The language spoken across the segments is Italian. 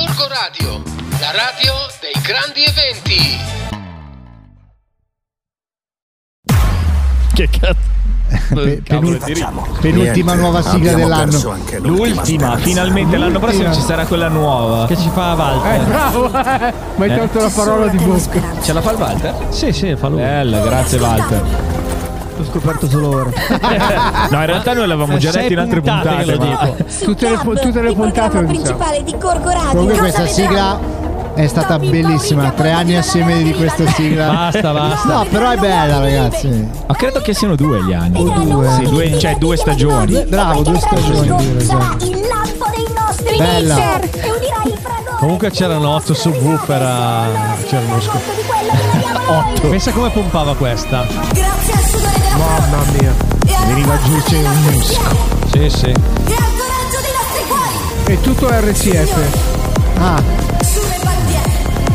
Gorgo Radio, la radio dei grandi eventi. Che cazzo? Penultima nuova sigla dell'anno. L'ultima, finalmente l'anno prossimo ci sarà quella nuova che ci fa Walter. Bravo, mi hai tolto la parola di bocca. Ce la fa il Walter? Sì, fa lui. Bella, grazie Walter. L'ho scoperto solo ora. No, in realtà noi l'avevamo già detto in altre puntate. Lo dico. Tutte le puntate lo diciamo. principale di Gorgo Radio. Comunque questa sigla è stata bellissima. 3 anni assieme di questa sigla. Basta. No, però è bella, ragazzi. Ma credo che siano 2 gli anni. Due. Sì, 2 stagioni. Bravo, 2 stagioni. Sarà il lampo dei nostri Bella. mixer e udirai il fragore. Comunque c'erano 8 subwoofer a Cernusco. 8. Pensa come pompava questa. Grazie al sudore della Mamma mia. Veniva giù c'è un musco. Sì. e al coraggio dei nostri cuori. È tutto RCF. Sulle bandiere.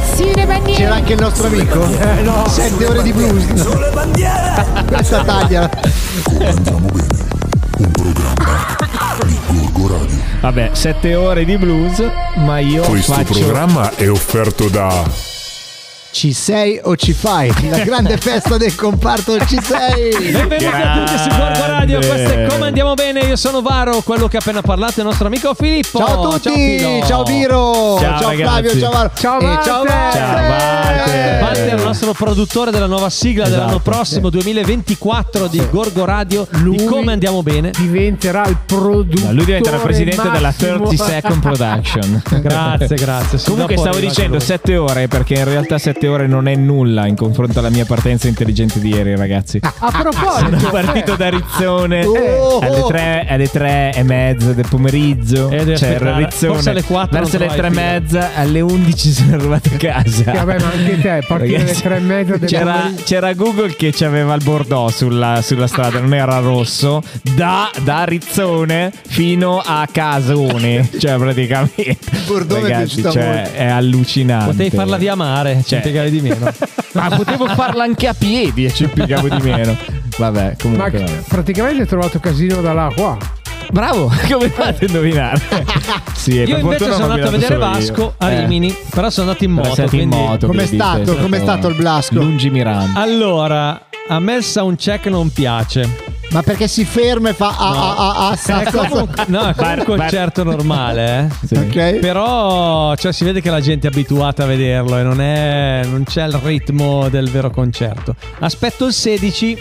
C'era anche il nostro amico. No. 7 ore di blues. Sulle bandiere. Questa taglia. Andiamo bene. Un programma di Gorgo Radio. Vabbè, 7 ore di blues, ma io Questo faccio... programma è offerto da Ci sei o ci fai? La grande festa del comparto Ci sei. Benvenuti a tutti su Gorgo Radio. Grande. Questo è Come Andiamo Bene. Io sono Varo, quello che ha appena parlato è il nostro amico Filippo. Ciao a tutti. Filo. Ciao Viro. Ciao, Ciao ragazzi. Flavio. Ciao Varo. Ciao, E Walter. ciao Walter. Walter è il nostro produttore della nuova sigla dell'anno prossimo 2024 di Gorgo Radio. Di Come Andiamo Bene. Diventerà il produttore. Lui diventerà presidente della 30 Second Production. Grazie. Comunque Dopo stavo arriva dicendo lui. 7 ore perché in realtà 7 ore non è nulla in confronto alla mia partenza intelligente di ieri, ragazzi. A proposito, Sono partito da Rizzone Oh. alle 3:30 del pomeriggio. devi C'era aspettare. Rizzone. Forse alle 4 verso non le trovavi 3:30, alle 11 sono arrivato a casa. vabbè, ma anche te, partire alle Ragazzi, 3:30 del c'era Google che c'aveva il bordeaux sulla strada, non era rosso, da Rizzone fino a Casone, cioè praticamente Bordeaux mi è ragazzi, piaciuta cioè, molto. è allucinante. Potevi farla via mare, ci Cioè- impiegavi di meno. Ma potevo farla anche a piedi e ci impiegavo di meno. Vabbè, Ma comunque vabbè. praticamente hai trovato casino da là a qua. Bravo, come fate a indovinare? Sì, Io per invece fortuna sono l'ho andato a vedere guidato solo Vasco io. a Rimini, però sono andato in Però moto. siete in quindi- moto. Com'è quindi stato? è Com'è stato il Blasco? lungimirante. Allora, a me il soundcheck non piace. Ma perché si ferma e fa È comunque un concerto normale, Sì. Ok. Però cioè, si vede che la gente è abituata a vederlo e non c'è il ritmo del vero concerto. Aspetto il 16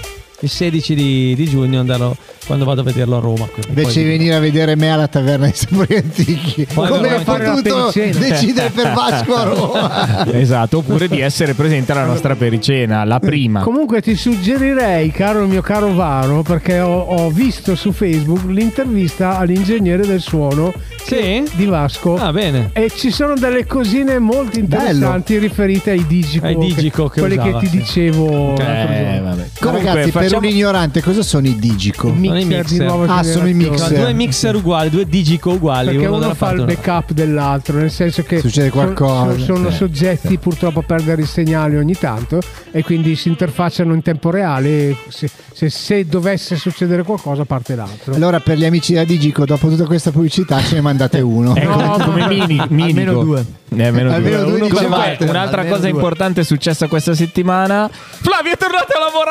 di giugno andrò quando vado a vederlo a Roma. Invece di venire a vedere me alla taverna dei sapori antichi. Poi Come dovrò hai fare la potuto pericena. decidere per Vasco a Roma? Esatto, oppure di essere presente alla nostra pericena, la prima. Comunque ti suggerirei, mio caro Varo, perché ho visto su Facebook l'intervista all'ingegnere del suono Sì? di Vasco. Ah, bene. E ci sono delle cosine molto interessanti riferite ai Digico. Ai Digico che quelli usava, che ti sì. dicevo l'altro giorno. Vabbè. Ma Comunque, ragazzi, per facciamo... un ignorante, cosa sono i Digico? Mixer i di mixer. nuova Sono i generazione. mixer. Due mixer uguali, due Digico uguali. Perché da uno una fa il parte e backup dell'altro, nel senso che Succede qualcosa. sono soggetti purtroppo a perdere i segnali ogni tanto e quindi si interfacciano in tempo reale e se dovesse succedere qualcosa parte l'altro. Allora, per gli amici da Digico, dopo tutta questa pubblicità, ce ne mandate uno. come mini Almeno due. Almeno Almeno due Uno dice come- Walter. Un'altra Almeno cosa due. importante è successa questa settimana. Flavio è tornato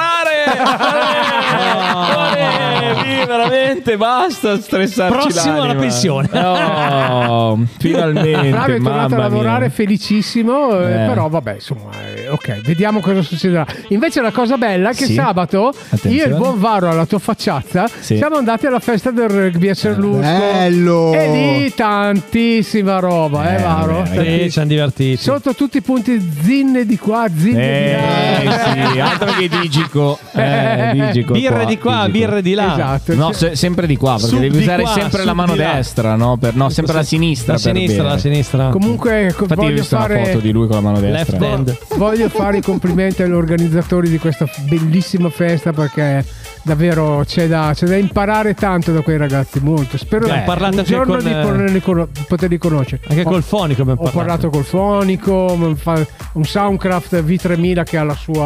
a lavorare. Veramente basta stressarci Prossimo alla l'anima. pensione. No, finalmente. Flavio è tornato a mamma lavorare mia. felicissimo, però vabbè, insomma, ok, vediamo cosa succederà. Invece la cosa bella è che Sì. sabato Attenzione. io e il buon Varo alla tua facciazza Sì. siamo andati alla festa del rugby a Serlusco. Bello! E lì tantissima roba, Varo? vabbè, Sì, ci hanno divertiti. Sotto tutti i punti zinne di qua, zinne di là. Sì, altro che Digico. Digico Birre di qua, Digico. birre di là. Esatto. No, sempre di qua, perché Sub devi di usare qua, sempre la sub mano di là. destra, no? Sempre la sinistra. La per sinistra, bere. la sinistra. Comunque Infatti ho voglio visto una fare foto di lui con la mano destra. Left hand. voglio voglio fare i complimenti agli organizzatori di questa bellissima festa, perché davvero c'è da imparare tanto da quei ragazzi, molto. Spero parlate un giorno anche di poterli conoscere. Anche col fonico abbiamo Ho parlato col fonico, un Soundcraft V3000 che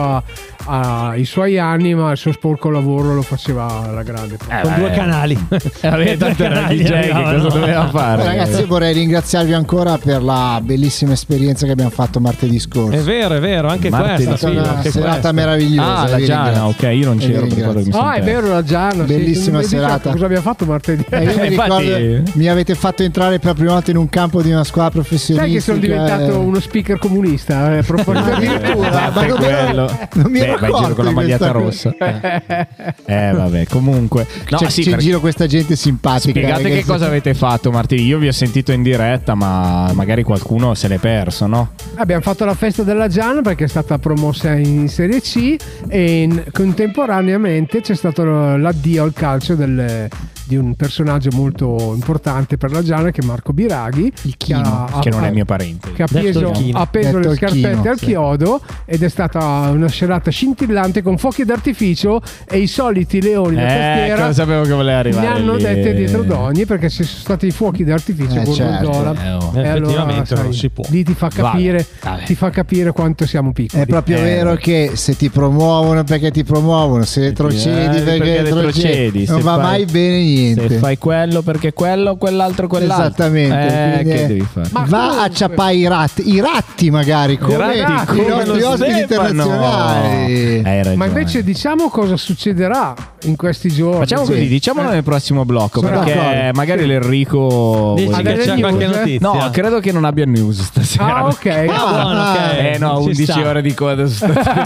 ha i suoi anni, ma il suo sporco lavoro lo faceva alla grande. Con 2 canali. Tanto era il DJ, che cosa doveva fare? Ragazzi, vorrei ringraziarvi ancora per la bellissima esperienza che abbiamo fatto martedì scorso. È vero, anche Martedì questa. È stata una anche serata questa. meravigliosa. La vi Giana, ringrazio. ok, io non E vi c'ero per ringrazio. quello che mi È vero, la Giana. Bellissima sì, serata. Cosa abbiamo fatto martedì? Io mi Infatti- ricordo, mi avete fatto entrare per la prima volta in un campo di una squadra professionistica. Sai che sono diventato uno speaker comunista? Addirittura, ma non mi ero vai in giro con la accorto di maglietta questa rossa. Vabbè, comunque. No, c'è sì, in perché- giro questa gente simpatica. Spiegate che ragazzi. cosa avete fatto martedì. Io vi ho sentito in diretta, ma magari qualcuno se l'è perso, no? Abbiamo fatto la festa della Giana perché è stata promossa in Serie C e contemporaneamente c'è stato l'addio al calcio di un personaggio molto importante per la Giana, che è Marco Biraghi, Il Chino, che non è mio parente. che ha Detto appeso, il Chino. ha appeso Detto le il scarpette Chino, al sì. chiodo, ed è stata una serata scintillante con fuochi d'artificio e i soliti leoni da tastiera Lo sapevo che voleva arrivare. ne hanno lì. dette dietro d'ogni, perché ci sono stati i fuochi d'artificio Gorgonzola. certo. E Effettivamente allora, non sai, si può. lì ti fa capire, Vabbè. ti fa capire quanto siamo piccoli. È proprio vero che se ti promuovono perché ti promuovono, se retrocedi perché retrocedi, non se va fai- mai bene niente. Se fai quello perché quello, quell'altro quell'altro. Esattamente, quindi Che è- devi fare? Ma Va comunque- a ciappare i ratti magari, come ratti, i come nostri lo ospiti Stefano. internazionali. Hai ragione. Ma invece diciamo cosa succederà in questi giorni. Facciamo Sì. così, diciamolo nel prossimo blocco, Sono perché d'accordo. magari l'Enrico Dici Ha che delle c'è news, qualche eh? notizia? No, credo che non abbia news stasera. Ah, ok. Buono, ok. No, Ci 11 sta. ore di coda su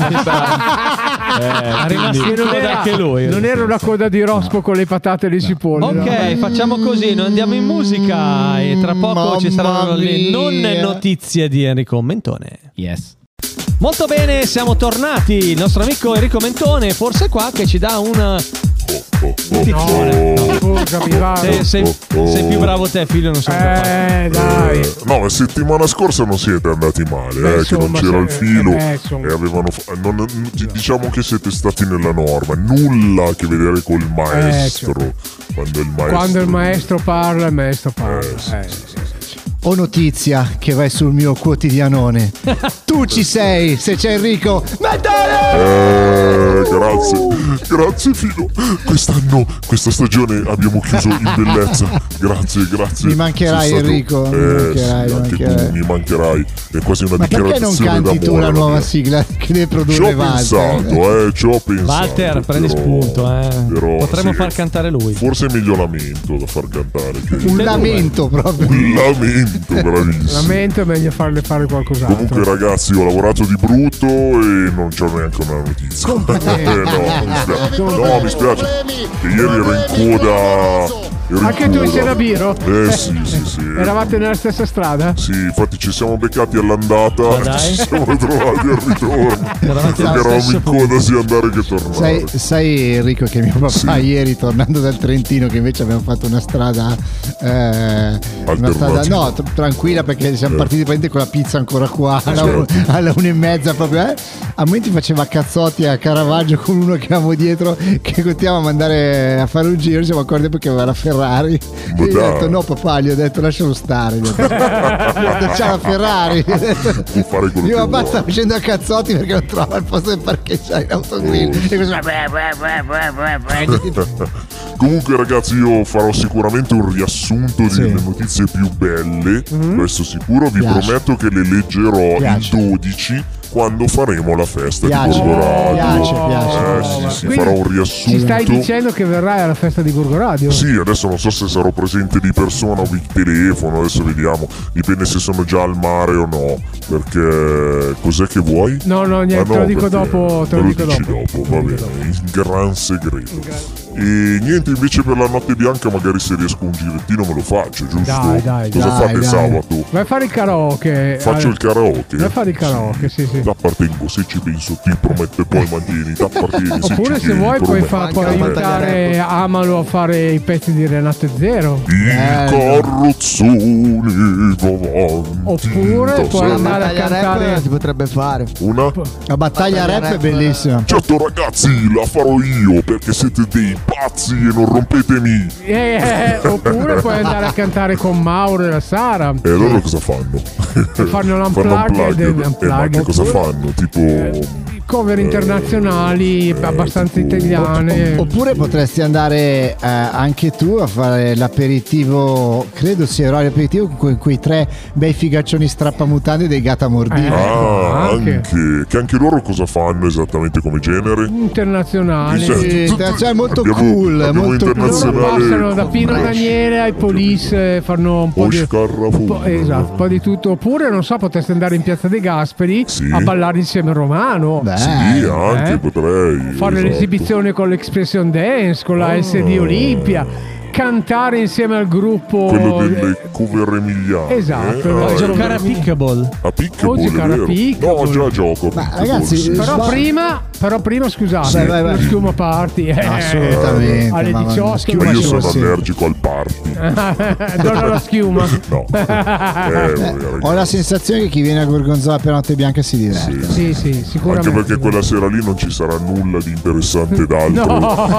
È rimasto in coda anche lui. Non era una coda di rospo con le patate e le cipolle. Ok, facciamo così, noi andiamo in musica e tra poco ci saranno le mia. non notizie di Enrico Mentone. Yes. Molto bene, siamo tornati. Il nostro amico Enrico Mentone, forse qua, che ci dà una notizione. No, scusami, va. Sei più bravo te, figlio, non sono capace. Dai. No, la settimana scorsa non siete andati male, Beh, che non insomma, c'era il se- filo insomma. e avevano diciamo che siete stati nella norma, nulla a che vedere col maestro. Quando il maestro parla, il maestro parla. sì. Ho notizia che vai sul mio quotidianone. Tu ci sei, se c'è Enrico. Grazie Filo. Questa stagione abbiamo chiuso in bellezza. Grazie. Mi mancherai, Sei stato- Enrico, mi mancherai, sì, mi anche mancherai. tu mi mancherai. È quasi una Ma perché non dichiarazione canti tu d'amore la alla nuova mia. sigla che deve Ci produrre ho Walter? pensato, ci ho pensato. Walter, prendi però- spunto, però potremmo sì, far cantare lui. Forse è meglio lamento da far cantare. Un lamento proprio. Un lamento, bravissimo. Lamento, è meglio farle fare qualcos'altro. Comunque ragazzi, ho lavorato di brutto e non c'ho neanche una notizia. No, mi spiace. Che ieri ero in coda. Anche tu sei da Biro? Sì. Eravate nella stessa strada? Sì, infatti ci siamo beccati all'andata, dai. ci siamo trovati al ritorno. Eravate Perché allo eravamo stesso in coda sia andare che tornare. Sai Enrico che mio papà Sì. ieri tornando dal Trentino, che invece abbiamo fatto una strada Alternativa. tranquilla, perché siamo partiti praticamente con la pizza ancora qua Certo. alla 1:30 proprio, a momenti faceva cazzotti a Caravaggio con uno che avevamo dietro, che continuava a mandare a fare un giro. Ci siamo accorti perché aveva la Ferrari e Ma gli ho dai. detto no papà, gli ho detto lascialo stare, gli ho detto, c'è la Ferrari. Può fare quello Mio che papà vuole. sta facendo a cazzotti perché non trova il posto per parcheggiare in autogrill. E così, Comunque ragazzi, io farò sicuramente un riassunto delle notizie più belle, questo sicuro. Vi Piace. prometto che le leggerò Piace. il 12 quando faremo la festa Piace. di Gorgoradio. Piace. Sì, Quindi farò un riassunto. Ci stai dicendo che verrai alla festa di Gorgoradio? Sì, adesso non so se sarò presente di persona o vi telefono, adesso vediamo, dipende se sono già al mare o no, perché cos'è che vuoi? No, niente, te lo dico perché dopo, te lo dico dici dopo. va bene, in gran segreto. E niente, invece per la notte bianca magari se riesco un girettino me lo faccio, giusto? Dai, Cosa dai, fate dai. sabato? Vai a fare il karaoke. Faccio il karaoke. Vai a fare il karaoke, sì. T'appartengo, se ci penso ti prometto e poi mantieni, t'appartieni. Oppure ci se vuoi puoi, prometto. puoi aiutare Amalo a fare i pezzi di Renato Zero. Il carrozzone va avanti. Oppure da puoi sempre. andare a cantare. si potrebbe fare. Una? La battaglia rap è bellissima. Certo ragazzi, la farò io perché siete dei pazzi e non rompetemi. Oppure puoi andare a cantare con Mauro e la Sara. E loro cosa fanno? Fanno l'unplug. Ma che cosa fanno? Tipo... Cover internazionali abbastanza italiane. Oppure potresti andare anche tu a fare l'aperitivo, credo sia orario aperitivo, con quei 3 bei figaccioni strappamutande dei Gata Mordini. anche. Che anche loro cosa fanno esattamente come genere? Internazionali. Cioè molto Abbiamo molto internazionale. Loro passano da Pino Daniele ai Police, fanno un po' di esatto, un po' di tutto. Oppure non so, potresti andare in Piazza De Gasperi a ballare insieme a Romano. Beh, Sì, anche potrei fare esatto. l'esibizione con l'Expression Dance, con la SD Olimpia, cantare insieme al gruppo, quello delle cover emiliane. Esatto, giocare a pickball. A piccaball, Oggi giocare a vero? piccaball. No, già gioco. Ma ragazzi, però prima scusate, vai. lo schiuma party assolutamente. alle ma 18 Ma io sono sì. allergico al party. donna la schiuma. No. Ho la sensazione che chi viene a Gorgonzola per Notte Bianca si diverte. Sì, Anche sicuramente. perché quella sera lì non ci sarà nulla di interessante d'altro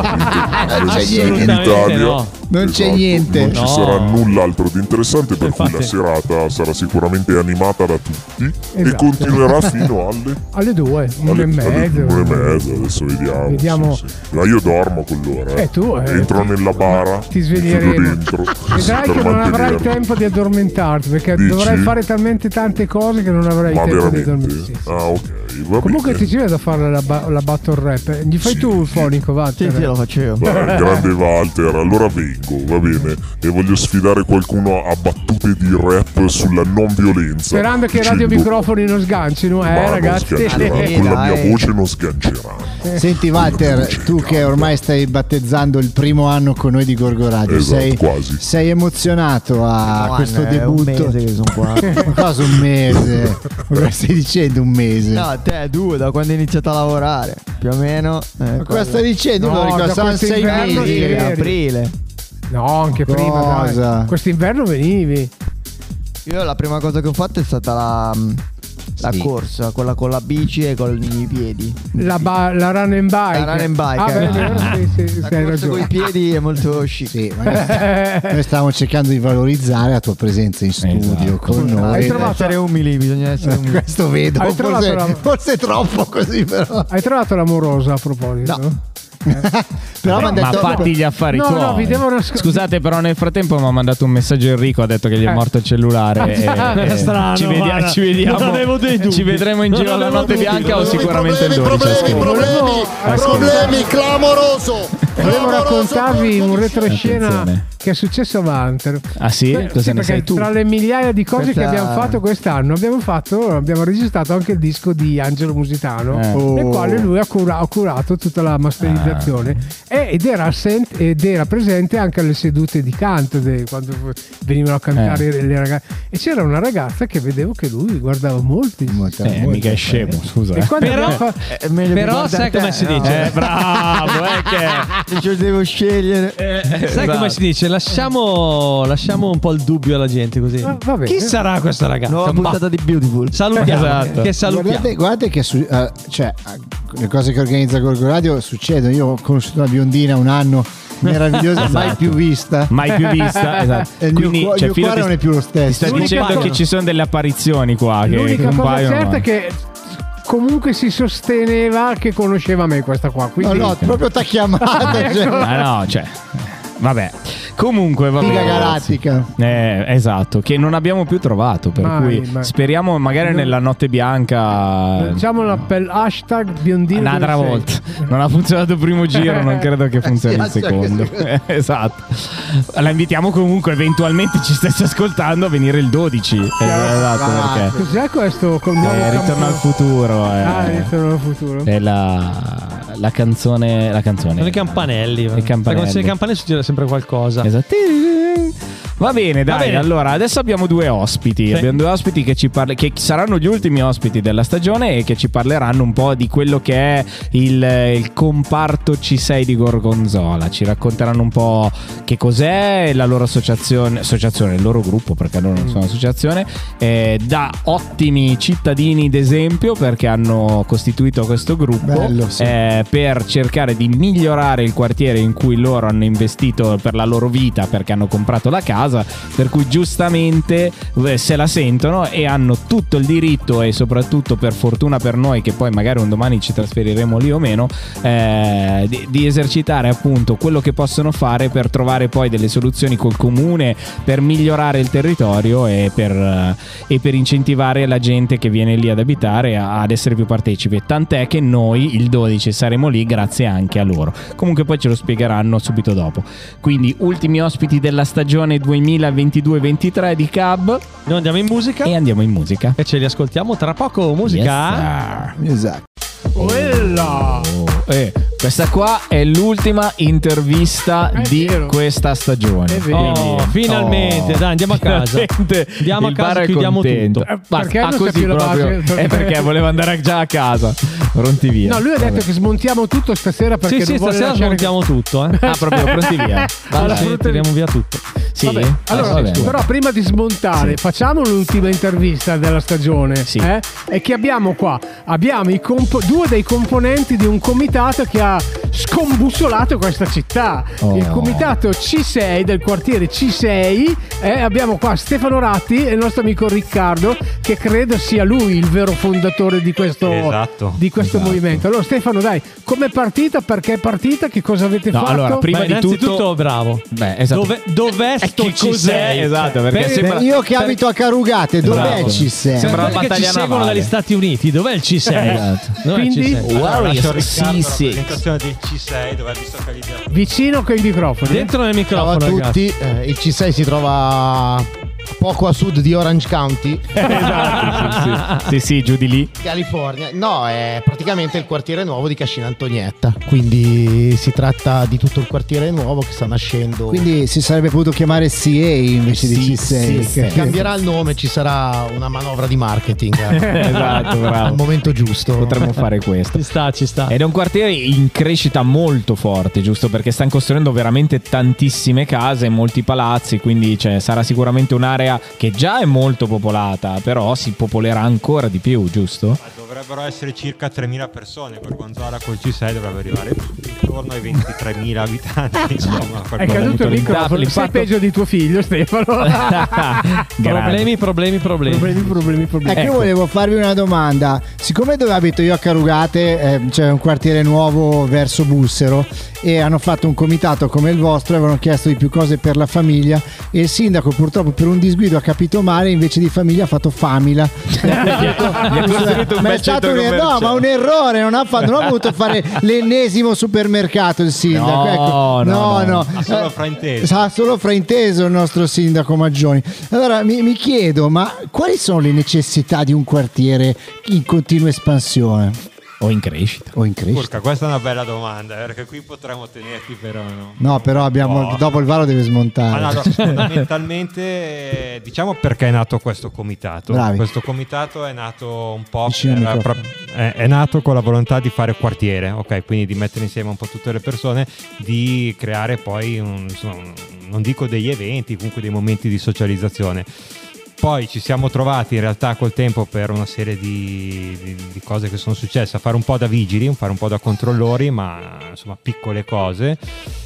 in Italia. no. Non c'è Esatto, niente. Non ci No. sarà null'altro di interessante, per cui Infatti. la serata sarà sicuramente animata da tutti e Esatto. continuerà fino alle 2, 1 e mezzo. 1 e mezzo. Adesso vediamo. Vediamo. Sì. Ma io dormo con loro. Tu, entro nella bara, ti mi chiudo sveglieremo. dentro. Vedrai per che non avrai mantenermi. tempo di addormentarti, perché Dici? dovrai fare talmente tante cose che non avrai Ma tempo di veramente? addormentarti. Sì. Ah, ok. Va Comunque bene. ti ci vedo a fare la battle rap. Gli fai Sì, tu il sì. fonico, Walter? Sì, lo facevo. Dai, grande Walter, allora vengo, va bene, e voglio sfidare qualcuno a battute di rap sulla non violenza. Sperando che i radiomicrofoni non sgancino, Ma ragazzi. non sganceranno, con la mia dai. voce non sganceranno. Senti Walter, tu che ormai stai battezzando il primo anno con noi di Gorgo Radio, Esatto, quasi. sei emozionato a questo È debutto? un mese che sono qua. Ma cosa un mese? Cosa stai dicendo un mese? No, te 2 da quando hai iniziato a lavorare. Più o meno. Ma cosa stai dicendo? No, Non lo ricordo, da saranno questo 6 inverno mesi. ieri. Aprile. No, anche prima, Cosa? dai. Quest'inverno venivi. Io la prima cosa che ho fatto è stata la Sì. corsa, quella con la bici e con i piedi. La run and bike. La run and bike, Ah, beh, vero, sì, La hai corsa con i ragione. piedi è molto chic. Sì, ma noi stavamo cercando di valorizzare la tua presenza in studio Esatto. con Hai noi. trovato- Essere umili, bisogna essere umili. Questo vedo, Hai trovato forse, forse troppo così però. Hai trovato l'amorosa a proposito? No. Però mi hanno Ma detto fatti gli affari No, tuoi. no, vi devono Scusate, però nel frattempo mi ha mandato un messaggio Enrico, ha detto che gli è morto il cellulare. Strano, guarda. ci vediamo. Non avevo dei dubbi. Ci vedremo in Non giro alla avevo notte dubbi. bianca o sicuramente il 12. problemi clamoroso. Volevo raccontarvi un retroscena Attenzione. che è successo a Walter. Ah sì? Cosa ne perché sai tu? tra le migliaia di cose Questa- che abbiamo fatto quest'anno abbiamo registrato anche il disco di Angelo Musitano, nel quale lui ha curato tutta la masterizzazione ed era presente anche alle sedute di canto quando venivano a cantare le ragazze, e c'era una ragazza che vedevo che lui guardava molto Mica è scemo, scusa. e quando Però- abbiamo È meglio che Però guarda sai te, come si no? dice? Bravo, che Io devo scegliere. Sai come si dice? Lasciamo un po' il dubbio alla gente così. Ah, va bene. Chi sarà questa ragazza? Nuova Ma puntata di Beautiful. salutiamo. Esatto. Che salutiamo. Guardate che le cose che organizza Gorgo Radio succedono. Io ho conosciuto una biondina un anno meravigliosa, mai più vista. mai più vista. Esatto. E il mio cioè, cuore Filo non è più lo ti sta stesso. L'unica dicendo cosa- che ci sono delle apparizioni qua che L'unica cosa compaiono. certa è che comunque si sosteneva che conosceva me questa qua, No, quindi no, proprio t'ha chiamata. Cioè, Ah no, cioè. Vabbè. Comunque va figa bene. galattica. Esatto, che non abbiamo più trovato, per Mai, cui mai. speriamo magari No. nella notte bianca diciamo l'appello hashtag biondino un'altra del volta. secolo. Non ha funzionato il primo giro, non credo che funzioni il Sì, secondo. Esatto. La invitiamo comunque, eventualmente ci stesse ascoltando, a venire il 12. Esatto, perché Cos'è questo col nuovo Ritorno al campione? futuro. Ah, Ritorno al futuro. È la canzone. Sono i campanelli. I campanelli. Quando c'è i campanelli succede sempre qualcosa. Esatto. Va bene, dai. Va bene. Allora, adesso abbiamo due ospiti. Sì. Abbiamo due ospiti che saranno gli ultimi ospiti della stagione e che ci parleranno un po' di quello che è il comparto C6 di Gorgonzola. Ci racconteranno un po' che cos'è la loro associazione, il loro gruppo, perché loro non sono associazione, da ottimi cittadini d'esempio, perché hanno costituito questo gruppo. Bello, sì. Per cercare di migliorare il quartiere in cui loro hanno investito per la loro vita, perché hanno comprato la casa, per cui giustamente se la sentono e hanno tutto il diritto, e soprattutto per fortuna per noi che poi magari un domani ci trasferiremo lì o meno, di esercitare appunto quello che possono fare per trovare poi delle soluzioni col comune per migliorare il territorio e per incentivare la gente che viene lì ad abitare ad essere più partecipi. Tant'è che noi il 12 saremo lì grazie anche a loro. Comunque poi ce lo spiegheranno subito dopo. Quindi ultimi ospiti della stagione 2022-23 di Cab. Noi andiamo in musica E andiamo in musica. e ce li ascoltiamo tra poco. Musica. Yes, sir. Esatto. Quella. Questa qua è l'ultima intervista È di vero. questa stagione. È vero. Oh, finalmente, dai, andiamo a casa. Finalmente Andiamo a il casa bar e è chiudiamo contento. tutto. Perché non così capivo la proprio. base? È perché voleva andare già a casa. Pronti via. No, lui ha detto che smontiamo tutto stasera perché Sì, non vuole stasera lasciare smontiamo tutto, eh. Ah, proprio pronti via. Alla Vabbè. frutta- Tiriamo via tutto. Sì. Vabbè, allora, va bene. però prima di smontare, Sì. facciamo l'ultima intervista della stagione. Sì. E che abbiamo qua? Abbiamo due dei componenti di un comitato che ha scombussolato questa città. Oh. Il comitato C6 del quartiere C6. Abbiamo qua Stefano Ratti e il nostro amico Riccardo, che credo sia lui il vero fondatore di questo, Esatto. movimento. Allora Stefano, dai, com'è partita? Perché è partita? Che cosa avete No, fatto? allora, prima Beh, di tutto innanzitutto, bravo. Beh, esatto. Dov'è sto Che cos'è? C6? Esatto, perché sembra Io che abito a Carugate, dov'è Bravo. il C6? Sembra la Quelli che ci battaglia seguono navale. dagli Stati Uniti, dov'è il C6? Esatto. Dov'è il Quindi? C6? Where is Lascio a Riccardo la C6? presentazione del C6 dove ha visto che l'idea. Vicino con i microfoni. Dentro nel Ciao microfono, a ragazzi. tutti, il C6 si trova poco a sud di Orange County, Esatto, sì, giù di lì. California. No, è praticamente il quartiere nuovo di Cascina Antonietta, quindi si tratta di tutto il quartiere nuovo che sta nascendo. Quindi si sarebbe potuto chiamare CA invece di C6. sì. che- Cambierà il nome, ci sarà una manovra di marketing Esatto, al bravo. momento giusto. Potremmo fare questo. Ci sta. Ed è un quartiere in crescita molto forte, giusto? Perché stanno costruendo veramente tantissime case, molti palazzi, quindi sarà sicuramente un'area che già è molto popolata, però si popolerà ancora di più, giusto? Dovrebbero essere circa 3.000 persone. Gorgonzola col C6 dovrebbe arrivare intorno ai 23.000 abitanti. Insomma, È qualcosa. caduto il microfono. Sei l'impatto- peggio di tuo figlio, Stefano. Grande. Problemi. problemi. Ecco, io volevo farvi una domanda. Siccome dove abito io a Carugate c'è un quartiere nuovo verso Bussero e hanno fatto un comitato come il vostro, avevano chiesto di più cose per la famiglia e il sindaco purtroppo per un disguido ha capito male, invece di famiglia ha fatto famila. Ma è stato un errore, non ha voluto fare l'ennesimo supermercato il sindaco. No. Ha solo frainteso. Sa solo frainteso il nostro sindaco Maggioni. Allora mi chiedo, ma quali sono le necessità di un quartiere in continua espansione O in crescita. o in crescita? Urca, questa è una bella domanda, perché qui potremmo tenerti però no. No, però abbiamo dopo il varo deve smontare. Allora, fondamentalmente diciamo perché è nato questo comitato. Bravi. Questo comitato è nato un po' Vicino al microfono. è nato con la volontà di fare quartiere, ok? Quindi di mettere insieme un po' tutte le persone, di creare poi non dico degli eventi, comunque dei momenti di socializzazione. Poi ci siamo trovati in realtà col tempo, per una serie di cose che sono successe, a fare un po' da vigili, fare un po' da controllori, ma insomma piccole cose.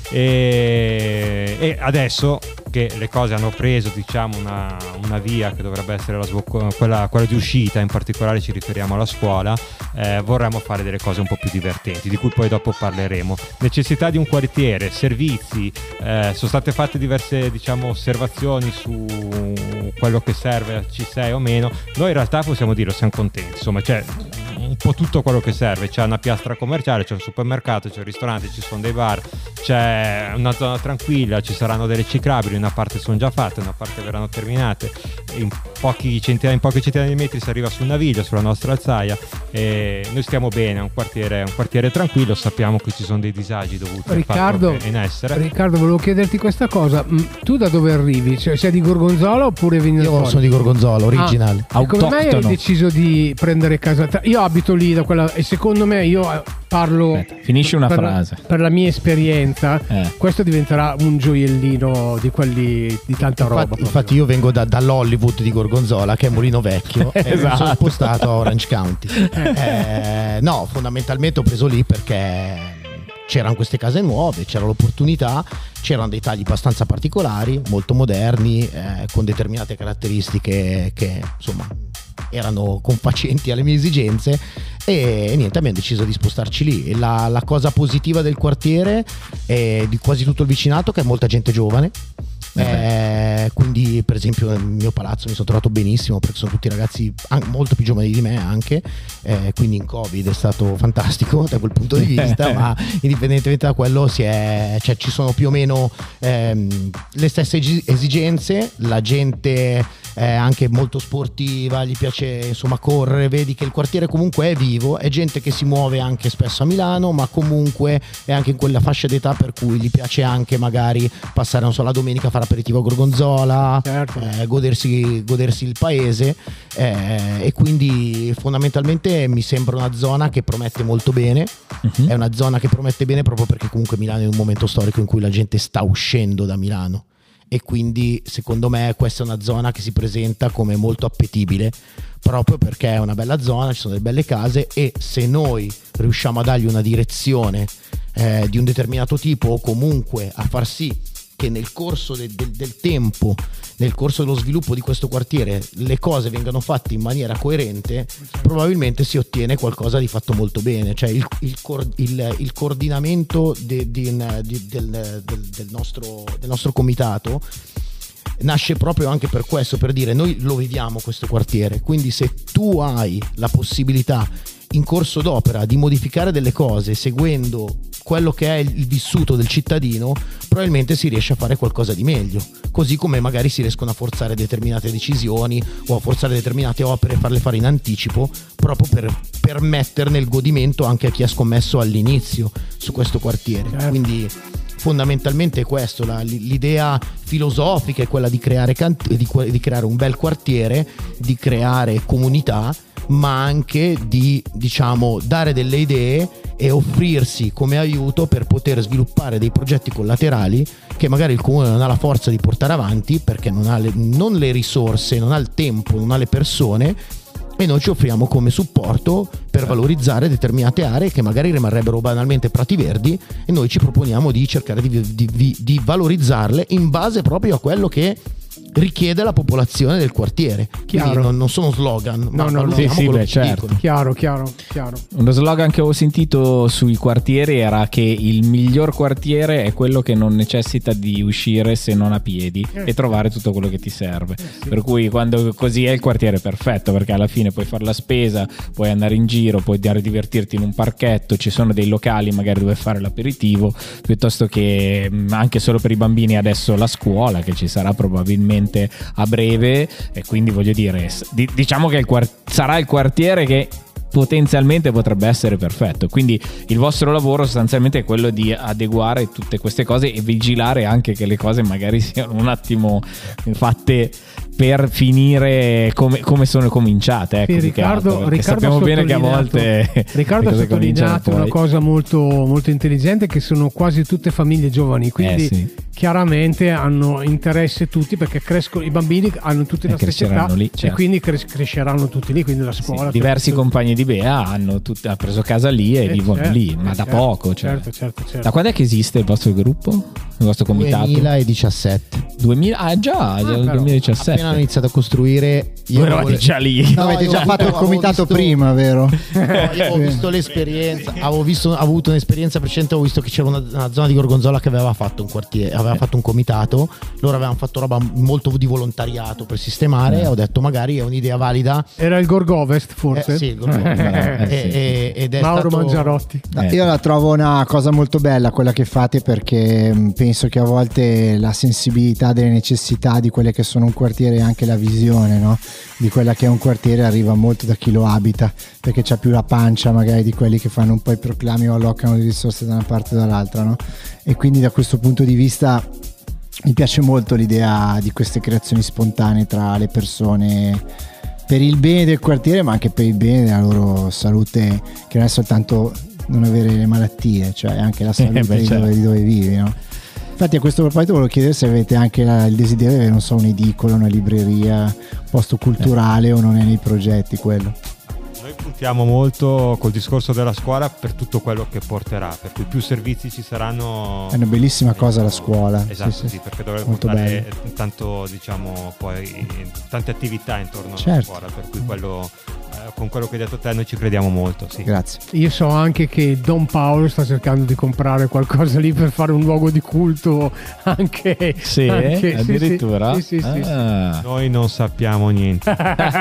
E adesso che le cose hanno preso, diciamo, una via che dovrebbe essere quella di uscita, in particolare ci riferiamo alla scuola, vorremmo fare delle cose un po' più divertenti, di cui poi dopo parleremo. Necessità di un quartiere, servizi, sono state fatte diverse, diciamo, osservazioni su quello che serve al C6 o meno. Noi in realtà possiamo dirlo, siamo contenti, insomma, un po' tutto quello che serve. C'è una piastra commerciale, c'è un supermercato, c'è un ristorante, ci sono dei bar, c'è una zona tranquilla, ci saranno delle ciclabili, una parte sono già fatte, una parte verranno terminate, in pochi centinaia di metri si arriva su un naviglio, sulla nostra alzaia, e noi stiamo bene, è un quartiere tranquillo. Sappiamo che ci sono dei disagi dovuti al fatto che è in essere. Riccardo, volevo chiederti questa cosa, tu da dove arrivi? Cioè, sei di Gorgonzola oppure vieni da Io fuori? sono di Gorgonzola, originale. E come mai hai deciso di prendere casa? Io abito lì da quella, e secondo me, io parlo. Aspetta, finisci una frase. Per la mia esperienza, questo diventerà un gioiellino di quelli di tanta roba. Infatti, io vengo dall'Hollywood di Gorgonzola, che è Mulino Vecchio, e mi sono spostato a Orange County. No, fondamentalmente ho preso lì perché c'erano queste case nuove, c'era l'opportunità, c'erano dei tagli abbastanza particolari, molto moderni, con determinate caratteristiche che insomma erano confacenti alle mie esigenze, e niente, abbiamo deciso di spostarci lì. E la cosa positiva del quartiere è di quasi tutto il vicinato, che è molta gente giovane. Quindi per esempio nel mio palazzo mi sono trovato benissimo, perché sono tutti ragazzi molto più giovani di me anche, quindi in Covid è stato fantastico da quel punto di vista. Ma indipendentemente da quello ci sono più o meno le stesse esigenze. La gente è anche molto sportiva, gli piace insomma correre, vedi che il quartiere comunque è vivo, è gente che si muove anche spesso a Milano, ma comunque è anche in quella fascia d'età per cui gli piace anche magari passare, non so, la domenica a fare aperitivo a Gorgonzola, certo. godersi il paese, e quindi fondamentalmente mi sembra una zona che promette molto bene. È una zona che promette bene proprio perché comunque Milano è in un momento storico in cui la gente sta uscendo da Milano, e quindi secondo me questa è una zona che si presenta come molto appetibile, proprio perché è una bella zona, ci sono delle belle case, e se noi riusciamo a dargli una direzione di un determinato tipo, o comunque a far sì che nel corso del tempo, nel corso dello sviluppo di questo quartiere, le cose vengano fatte in maniera coerente, probabilmente si ottiene qualcosa di fatto molto bene. Cioè il coordinamento del nostro comitato nasce proprio anche per questo, per dire: noi lo viviamo questo quartiere, quindi se tu hai la possibilità in corso d'opera di modificare delle cose seguendo quello che è il vissuto del cittadino, probabilmente si riesce a fare qualcosa di meglio, così come magari si riescono a forzare determinate decisioni o a forzare determinate opere e farle fare in anticipo, proprio per permetterne il godimento anche a chi ha scommesso all'inizio su questo quartiere. Certo. Quindi fondamentalmente è questo, l'idea filosofica è quella di creare un bel quartiere, di creare comunità, ma anche di, diciamo, dare delle idee e offrirsi come aiuto per poter sviluppare dei progetti collaterali che magari il comune non ha la forza di portare avanti perché non ha non le risorse, non ha il tempo, non ha le persone, e noi ci offriamo come supporto per valorizzare determinate aree che magari rimarrebbero banalmente prati verdi, e noi ci proponiamo di cercare di valorizzarle in base proprio a quello che richiede la popolazione del quartiere. Chiaro. Non sono slogan, ma valutiamo quello che ci dicono. Chiaro. Uno slogan che avevo sentito sui quartieri era che il miglior quartiere è quello che non necessita di uscire se non a piedi e trovare tutto quello che ti serve. Per cui quando così è il quartiere perfetto, perché alla fine puoi fare la spesa, puoi andare in giro, puoi andare a divertirti in un parchetto, ci sono dei locali magari dove fare l'aperitivo, piuttosto che anche solo per i bambini adesso la scuola che ci sarà probabilmente a breve, e quindi voglio dire, diciamo che sarà il quartiere che potenzialmente potrebbe essere perfetto. Quindi il vostro lavoro sostanzialmente è quello di adeguare tutte queste cose e vigilare anche che le cose magari siano un attimo fatte per finire come sono cominciate. Ecco, Riccardo sappiamo bene che a volte Riccardo ha sottolineato una cosa molto, molto intelligente, che sono quasi tutte famiglie giovani, quindi chiaramente hanno interesse tutti, perché crescono, i bambini hanno tutti la stessa età lì, certo. E quindi cresceranno tutti lì, quindi la scuola. Diversi compagni di Bea hanno preso casa lì e vivono lì, ma da poco. Cioè. Certo. Da quando è che esiste il vostro gruppo? Il vostro comitato? 2017. 2017. Appena hanno iniziato a costruire, io eravate già lì. No, avete già fatto il comitato prima, vero? No, io avevo visto l'esperienza, avevo avuto un'esperienza precedente, avevo visto che c'era una zona di Gorgonzola che aveva fatto un quartiere, aveva aveva fatto un comitato, loro avevano fatto roba molto di volontariato per sistemare, ho detto magari è un'idea valida. Era il Gorgovest forse? Sì, il Gorgovest. Ed è Mauro stato... Mangiarotti. Io la trovo una cosa molto bella quella che fate, perché penso che a volte la sensibilità delle necessità di quelle che sono un quartiere e anche la visione, no? Di quella che è un quartiere arriva molto da chi lo abita, perché c'ha più la pancia magari di quelli che fanno un po' i proclami o allocano le risorse da una parte o dall'altra, no? E quindi da questo punto di vista mi piace molto l'idea di queste creazioni spontanee tra le persone, per il bene del quartiere ma anche per il bene della loro salute, che non è soltanto non avere le malattie, cioè anche la salute di dove vivi, no? Infatti a questo proposito volevo chiedere se avete anche il desiderio di avere, non so, un'edicola, una libreria, un posto culturale, o non è nei progetti quello? Noi puntiamo molto col discorso della scuola per tutto quello che porterà, per cui più servizi ci saranno. È una bellissima cosa la scuola. Esatto, sì, perché dovrebbe molto portare tanto, diciamo, poi tante attività intorno alla certo. scuola, per cui quello, con quello che hai detto te noi ci crediamo molto, sì. Grazie. Io so anche che Don Paolo sta cercando di comprare qualcosa lì per fare un luogo di culto anche. Sì, addirittura. Sì. Noi non sappiamo niente.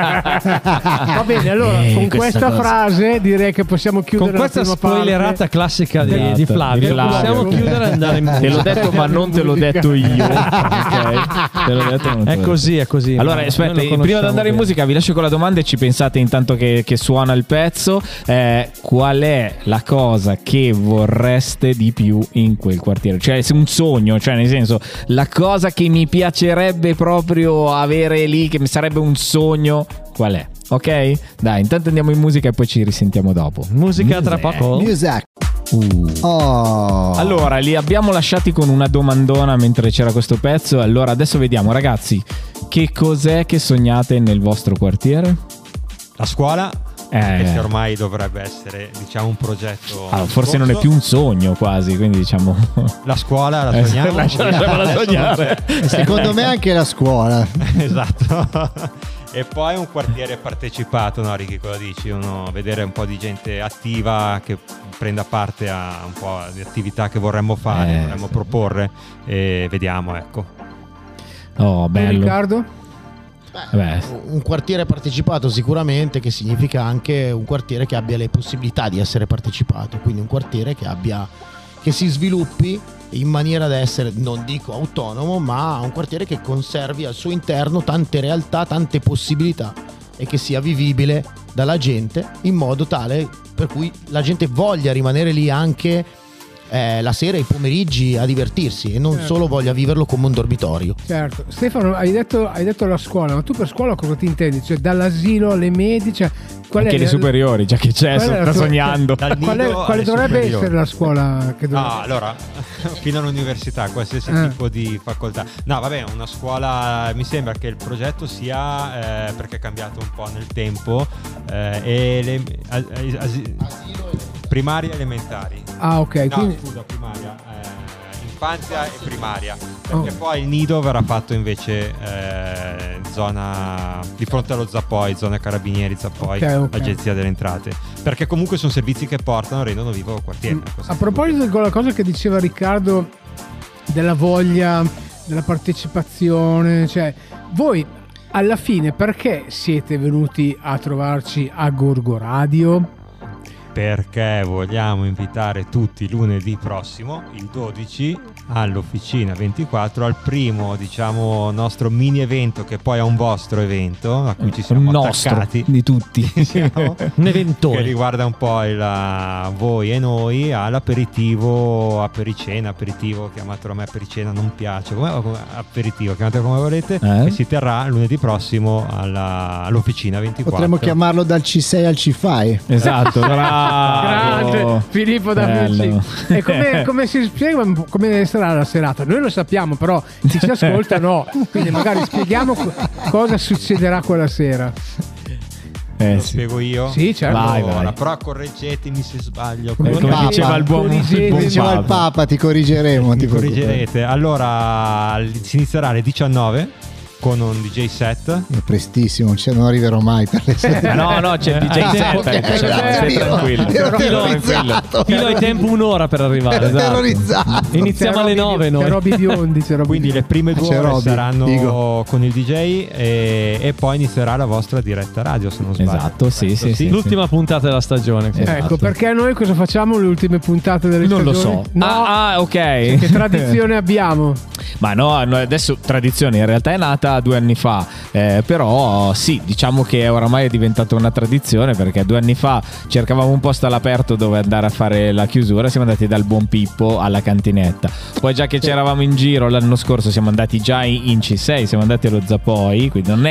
Va bene, allora con questa frase direi che possiamo chiudere con questa la prima spoilerata parte classica di Flavio. Possiamo chiudere e andare in musica. Te l'ho detto ma non te l'ho detto io. Ok? Te l'ho detto, è così. Allora aspetta, prima di andare in musica vi lascio con la domanda e ci pensate intanto che suona il pezzo. Qual è la cosa che vorreste di più in quel quartiere? Cioè un sogno, cioè nel senso la cosa che mi piacerebbe proprio avere lì, che mi sarebbe un sogno, qual è? Ok? Dai, intanto andiamo in musica e poi ci risentiamo dopo. Musica tra poco. Music. Allora, li abbiamo lasciati con una domandona mentre c'era questo pezzo. Allora adesso vediamo, ragazzi, che cos'è che sognate nel vostro quartiere? La scuola, che ormai dovrebbe essere, diciamo, un progetto. Forse non è più un sogno quasi, quindi diciamo. La scuola la sogniamo. Lasciamola sognare. Secondo me anche la scuola. Esatto. E poi un quartiere partecipato, no Ricky, cosa dici? Vedere un po' di gente attiva che prenda parte a un po' di attività che vorremmo fare, vorremmo proporre, e vediamo, ecco. Oh, bello. Riccardo? Un quartiere partecipato sicuramente, che significa anche un quartiere che abbia le possibilità di essere partecipato, quindi un quartiere che si sviluppi in maniera da essere, non dico autonomo, ma un quartiere che conservi al suo interno tante realtà, tante possibilità, e che sia vivibile dalla gente in modo tale per cui la gente voglia rimanere lì anche la sera e i pomeriggi a divertirsi, e non solo voglia viverlo come un dormitorio. Certo. Stefano, hai detto la scuola, ma tu per scuola cosa ti intendi? Cioè dall'asilo alle medie, cioè, anche le superiori, già che c'è, sto sognando. Quale dovrebbe essere la scuola che dovrebbe... No, allora, fino all'università, qualsiasi tipo di facoltà. No, vabbè, una scuola, mi sembra che il progetto sia, perché è cambiato un po' nel tempo, primaria e elementari. Ah, ok. No, quindi... scusa, primaria. Infanzia e primaria. Perché poi il nido verrà fatto invece zona di fronte allo Zappoi, zona Carabinieri, Zappoi, okay. Agenzia delle Entrate. Perché comunque sono servizi che rendono vivo il quartiere. A proposito di quella cosa che diceva Riccardo, della voglia, della partecipazione, cioè voi alla fine perché siete venuti a trovarci a Gorgo Radio? Perché vogliamo invitare tutti lunedì prossimo, il 12, all'Officina 24, al primo, diciamo, nostro mini evento, che poi è un vostro evento a cui ci siamo attaccati di tutti. Un eventone che riguarda un po' voi e noi, all'aperitivo, aperitivo, chiamatelo a me apericena, non piace, come aperitivo, chiamatelo come volete, che si terrà lunedì prossimo all'Officina 24. Potremmo chiamarlo dal C6 al C5. Esatto. Grande Filippo D'Amici. E come si spiega come sarà la serata? Noi lo sappiamo, però chi ci ascolta no. Quindi magari spieghiamo cosa succederà quella sera. Lo spiego io? Sì, certo. Vai. Però correggetemi se sbaglio. Come diceva il buon Papa, ti corrigeremo. Mi corrigerete. Allora si inizierà alle 19 con un DJ set. È prestissimo, non arriverò mai per le 7. No, c'è il DJ set. Stai tranquillo. Filo hai tempo un'ora per arrivare. Ero terrorizzato. Iniziamo alle 9 noi. C'è Roby Biondi. Quindi le prime 2 C'è ore Roby, saranno dico. con il DJ e poi inizierà la vostra diretta radio, se non sbaglio. Esatto, sì. L'ultima puntata della stagione. Ecco, perché noi cosa facciamo le ultime puntate delle Non lo stagioni? so. No, ok. che tradizione abbiamo? Ma no, adesso tradizione in realtà è nata 2 anni fa, però sì, diciamo che oramai è diventata una tradizione, perché 2 anni fa cercavamo un posto all'aperto dove andare a fare la chiusura, siamo andati dal Buon Pippo alla cantinetta, poi già che c'eravamo in giro l'anno scorso siamo andati già in C6, siamo andati allo Zapoi, quindi non è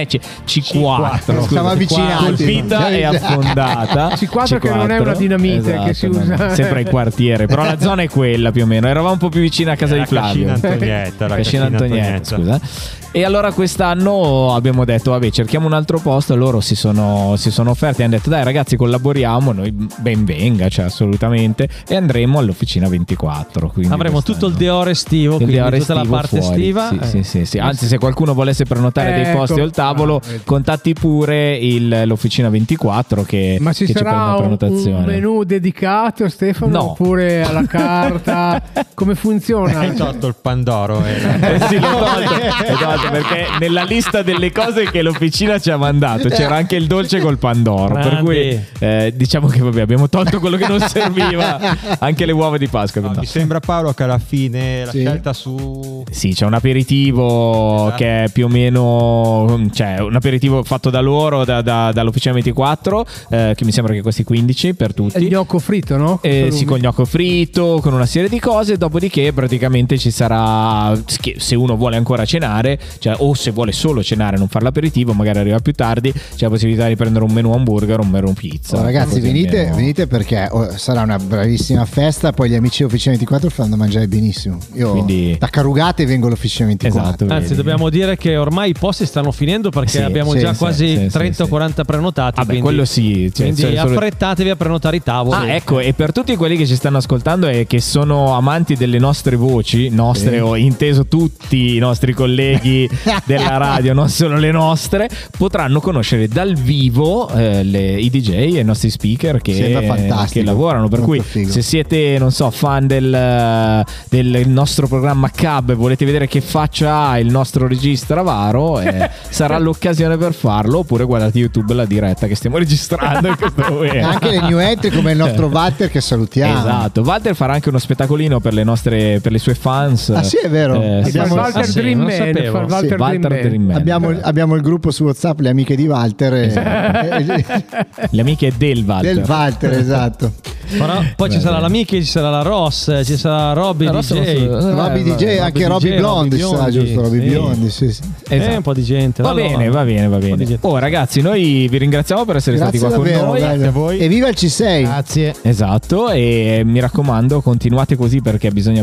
C4, siamo avvicinati, colpita e affondata. C4 che non è una dinamite, esatto, che si usa sempre il quartiere, però la zona è quella più o meno, eravamo un po' più vicini a casa di Flavio. Cascina Antonietta, scusa. E allora quest'anno abbiamo detto vabbè, cerchiamo un altro posto, loro si sono offerti e hanno detto dai ragazzi, collaboriamo, noi ben venga, cioè assolutamente, e andremo all'Officina 24, quindi avremo tutto il deore estivo, quindi tutta la parte fuori. estiva. Sì. Anzi, se qualcuno volesse prenotare dei posti al tavolo, contatti pure l'Officina 24 che ma ci sarà una prenotazione. un menù dedicato, Stefano? No. Oppure alla carta? Come funziona? Hai tolto il Pandoro. Sì, l'ho tolto, perché nella lista delle cose che l'Officina ci ha mandato c'era anche il dolce col Pandoro, per cui diciamo che vabbè, abbiamo tolto quello che non serviva, anche le uova di Pasqua. No, mi sembra, Paolo, che alla fine la scelta su... Sì, c'è un aperitivo che è più o meno, cioè un aperitivo fatto da loro, dall'Officina 24, che mi sembra che costi 15 per tutti. Il gnocco fritto, no? Sì, con gnocco fritto, con una serie di cose. Dopodiché praticamente ci sarà, se uno vuole ancora cenare, cioè, o se vuole solo cenare, non fare l'aperitivo, magari arriva più tardi, c'è la possibilità di prendere un menù hamburger o un menù pizza. Ragazzi, venite perché sarà una bravissima festa. Poi gli amici dell'Officina 24 fanno mangiare benissimo. Io quindi da Carugate vengo all'Officina 24. Esatto, anzi, dobbiamo dire che ormai i posti stanno finendo, perché abbiamo già quasi 30 o 40 prenotati. Quindi, quello sì, quindi affrettatevi a prenotare i tavoli. Ecco, e per tutti quelli che ci stanno ascoltando e che sono amanti delle nostre voci, ho inteso tutti i nostri colleghi della radio, non solo le nostre, potranno conoscere dal vivo i DJ e i nostri speaker che lavorano. Per cui se siete, non so, fan del nostro programma Cab e volete vedere che faccia ha il nostro regista Varo, sarà l'occasione per farlo. Oppure guardate YouTube la diretta che stiamo registrando in questo momento. E anche le new entry come il nostro Walter, che salutiamo. Esatto, Walter farà anche uno spettacolino per le sue fans. Ah sì, è vero. Abbiamo Walter Dream Man. Abbiamo il gruppo su WhatsApp, le amiche di Walter. Le amiche del Walter, esatto. Poi ci sarà l'amica, ci sarà la Ross, ci sarà Robby DJ. Robby DJ, anche Robby Biondi, giusto? Robby Biondi, sì. Un po' di gente. Va bene. Oh ragazzi, noi vi ringraziamo per essere stati qua davvero, con noi. Grazie a voi. E viva il C6. Grazie. Esatto, e mi raccomando, continuate così, perché bisogna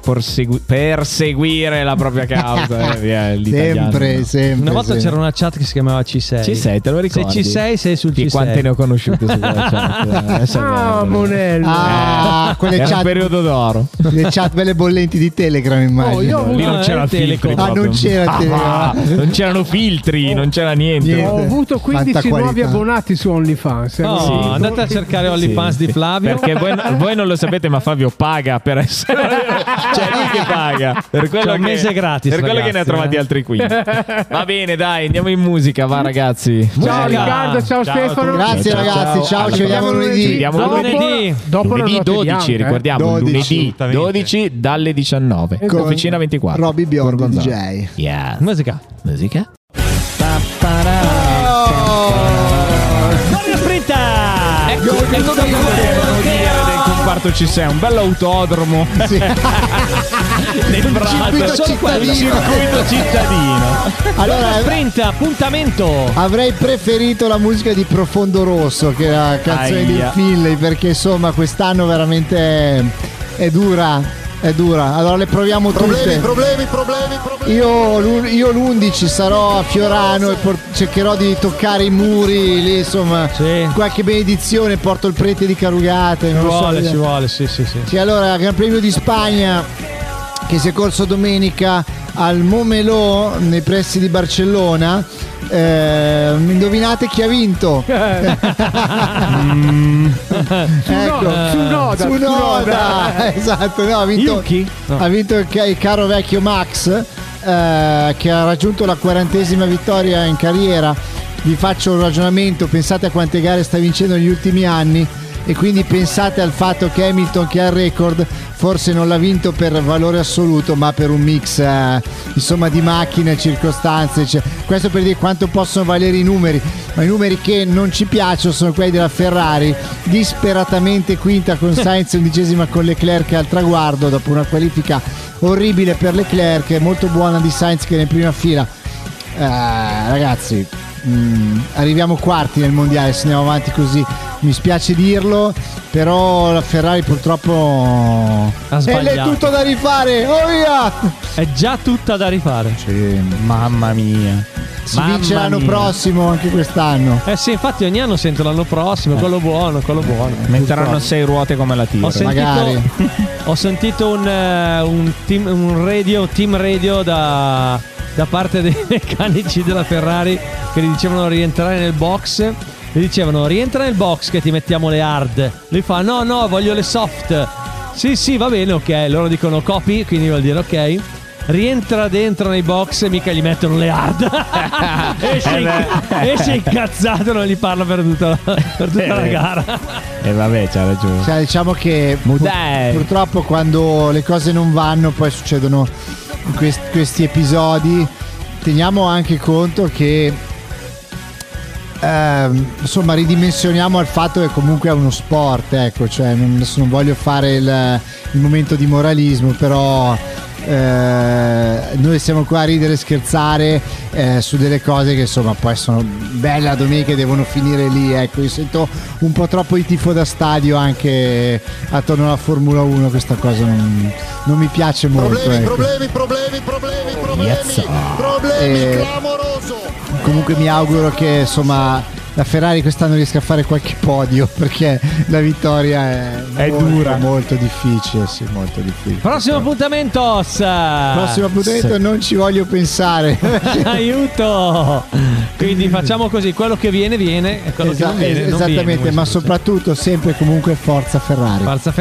perseguire la propria causa. Sempre. Una volta c'era una chat che si chiamava C6. C6, te lo ricordi? Se C6 sei sul C6. Quante ne ho conosciute su quella chat? Monello. Quelle era chat, un periodo d'oro. Le chat belle bollenti di Telegram, immagino. Lì non c'era il filtro. Non c'era il Telegram. Non c'erano filtri, non c'era niente. Ho avuto 15 nuovi abbonati su OnlyFans. Andate a cercare OnlyFans di Flavio. Perché voi non lo sapete, ma Fabio paga per essere. Cioè, lui che paga. Per quello un mese gratis. Per quello che ne ha trovati altri 15. Va bene, dai, andiamo in musica, va ragazzi. Ciao Riccardo, ciao Stefano. Grazie ragazzi, ciao, ci vediamo lunedì. Dopo lunedì 12, ricordiamo, lunedì 12 dalle 19 con Officina 24. Robby Biondi DJ. Yeah. Musica. Mario Sprinta! Ecco del comparto C6, un bello autodromo. Sì. Nel circuito cittadino. Allora, Sprint, appuntamento. Avrei preferito la musica di Profondo Rosso, che è la canzone di Finlay, perché insomma quest'anno veramente è dura. Allora le proviamo tutte. Problemi. Io l'11 sarò a Fiorano e cercherò di toccare i muri lì, insomma. Qualche benedizione, porto il prete di Carugate. Ci vuole, sì. Sì, allora Gran Premio di Spagna che si è corso domenica, al Momelò nei pressi di Barcellona. Indovinate chi ha vinto? Tsunoda. Esatto, no, ha vinto il caro vecchio Max, che ha raggiunto la 40ª vittoria in carriera. Vi faccio un ragionamento: pensate a quante gare sta vincendo negli ultimi anni, e quindi pensate al fatto che Hamilton, che ha il record, forse non l'ha vinto per valore assoluto, ma per un mix insomma di macchine, circostanze, cioè, questo per dire quanto possono valere i numeri. Ma i numeri che non ci piacciono sono quelli della Ferrari, disperatamente quinta con Sainz, 11ª con Leclerc al traguardo dopo una qualifica orribile per Leclerc, molto buona di Sainz che è in prima fila. Ragazzi, arriviamo quarti nel mondiale se andiamo avanti così. Mi spiace dirlo, però la Ferrari purtroppo ha sbagliato. È tutto da rifare. Oh via! È già tutta da rifare. Sì, mamma mia. Si vince l'anno prossimo, anche quest'anno. Sì, infatti ogni anno sento l'anno prossimo, quello buono. Metteranno 6 ruote come la Tiro. Ho sentito un team radio da parte dei meccanici della Ferrari che gli dicevano rientrare nel box. Gli dicevano rientra nel box che ti mettiamo le hard. Lui fa no, voglio le soft. Sì, va bene, ok. Loro dicono copy, quindi vuol dire ok. Rientra dentro nei box e mica gli mettono le hard. Esce incazzato, non gli parla per tutta la gara. E vabbè, c'ha ragione. Cioè, diciamo che purtroppo quando le cose non vanno poi succedono questi episodi. Teniamo anche conto che insomma ridimensioniamo al fatto che comunque è uno sport, ecco, cioè adesso non voglio fare il momento di moralismo, però noi siamo qua a ridere e scherzare su delle cose che insomma poi sono belle la domenica e devono finire lì, ecco. Io sento un po' troppo di tifo da stadio anche attorno alla Formula 1, questa cosa non mi piace molto, problemi clamoroso. Comunque mi auguro che insomma la Ferrari quest'anno riesca a fare qualche podio, perché la vittoria è molto, dura, molto difficile, sì, molto difficile. Prossimo appuntamento non ci voglio pensare. Aiuto. Quindi facciamo così, quello che viene e quello che non viene non esattamente, viene, ma soprattutto sempre e comunque forza Ferrari.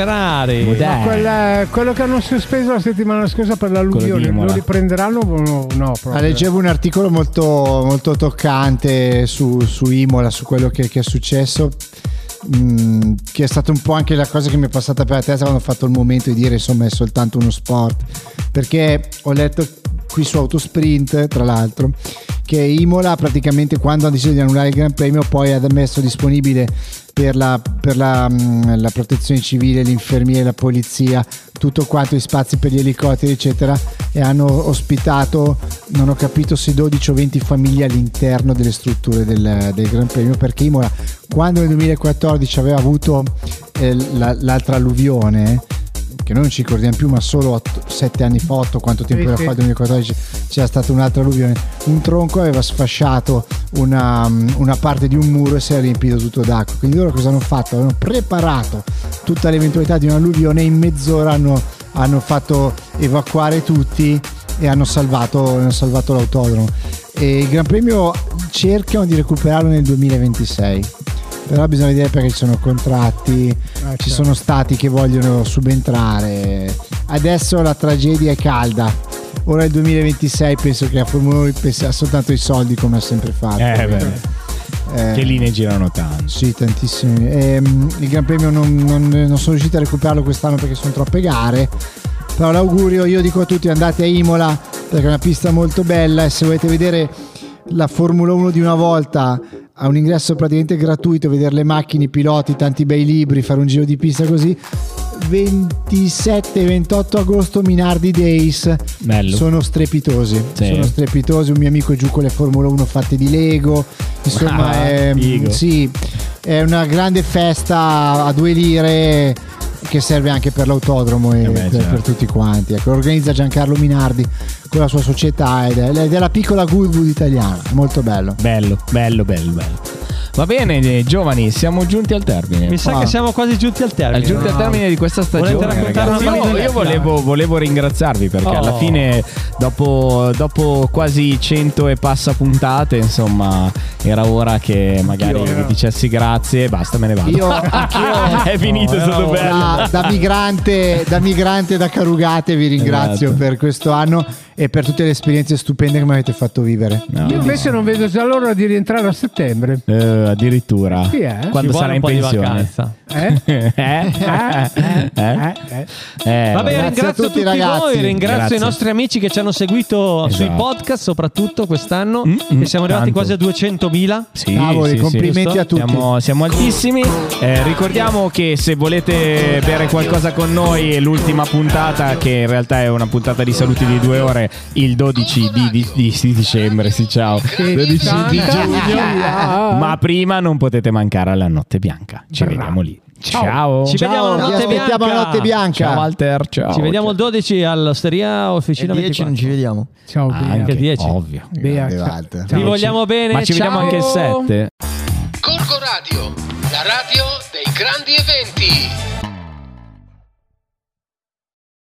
Quello che hanno sospeso la settimana scorsa per l'alluvione lo riprenderanno o no? Leggevo un articolo molto, molto toccante su Imola, su quello che è successo, che è stata un po' anche la cosa che mi è passata per la testa quando ho fatto il momento di dire insomma è soltanto uno sport, perché ho letto qui su Autosprint tra l'altro che Imola praticamente quando ha deciso di annullare il Gran Premio poi ha messo disponibile per la protezione civile, gli infermieri, la polizia, tutto quanto, gli spazi per gli elicotteri eccetera, e hanno ospitato, non ho capito se 12 o 20 famiglie all'interno delle strutture del Gran Premio, perché Imola quando nel 2014 aveva avuto l'altra alluvione, che noi non ci ricordiamo più, ma solo 7 anni fa, 8, quanto tempo era fa, 2014 c'era stata un'altra alluvione, un tronco aveva sfasciato una parte di un muro e si era riempito tutto d'acqua, quindi loro cosa hanno fatto? Avevano preparato tutta l'eventualità di un'alluvione e in mezz'ora hanno fatto evacuare tutti e hanno salvato l'autodromo, e il Gran Premio cercano di recuperarlo nel 2026. Però bisogna vedere, perché ci sono contratti, ci sono stati che vogliono subentrare. Adesso la tragedia è calda. Ora il 2026 penso che la Formula 1 pensa soltanto ai soldi, come ha sempre fatto. Che linee girano tanto. Sì, tantissimi. Il Gran Premio non sono riuscito a recuperarlo quest'anno perché sono troppe gare. Però l'augurio, io dico a tutti, andate a Imola perché è una pista molto bella, e se volete vedere la Formula 1 di una volta ha un ingresso praticamente gratuito, vedere le macchine, i piloti, tanti bei libri, fare un giro di pista così. 27-28 agosto Minardi Days. Bello. Sono strepitosi, sono strepitosi. Un mio amico è giù con le Formula 1 fatte di Lego, insomma è una grande festa a 2 lire che serve anche per l'autodromo e per tutti quanti. Ecco, organizza Giancarlo Minardi con la sua società ed è la piccola Goodwood italiana, molto bello. Bello. Va bene, giovani, siamo giunti al termine. Mi sa che siamo quasi giunti al termine. Giunti al termine di questa stagione. Volete raccontare Ragazzi? una Io volevo ringraziarvi perché alla fine, dopo quasi 100 e passa puntate, insomma, era ora che magari vi dicessi grazie e basta, me ne vado. Anch'io è finito, è stato bello. Da migrante da Carugate vi ringrazio per questo anno e per tutte le esperienze stupende che mi avete fatto vivere. Io invece non vedo già l'ora di rientrare a settembre. Addirittura. Sì, quando sarà in pensione. Vabbè, ringrazio tutti voi, ringrazio Grazie. i nostri amici che ci hanno seguito sui podcast, soprattutto quest'anno, che siamo arrivati quasi a 200.000. Sì, Cavoli, complimenti a tutti. Siamo altissimi. Ricordiamo che se volete bere qualcosa con noi, è l'ultima puntata, che in realtà è una puntata di saluti di 2 ore, il 12 di dicembre. Sì, ciao. 12 di giugno. Ma prima non potete mancare alla Notte Bianca. Ci vediamo lì. Ciao. Ci vediamo alla Vi Notte aspettiamo Bianca. alla Notte Bianca. Ciao Walter. Ciao. Ci vediamo il 12 all'Osteria Officina Il 10 non ci vediamo. Ciao, Anche il 10. ovvio. Vi vogliamo bene. Ma ci vediamo anche il 7. Corco Radio, la radio dei grandi eventi.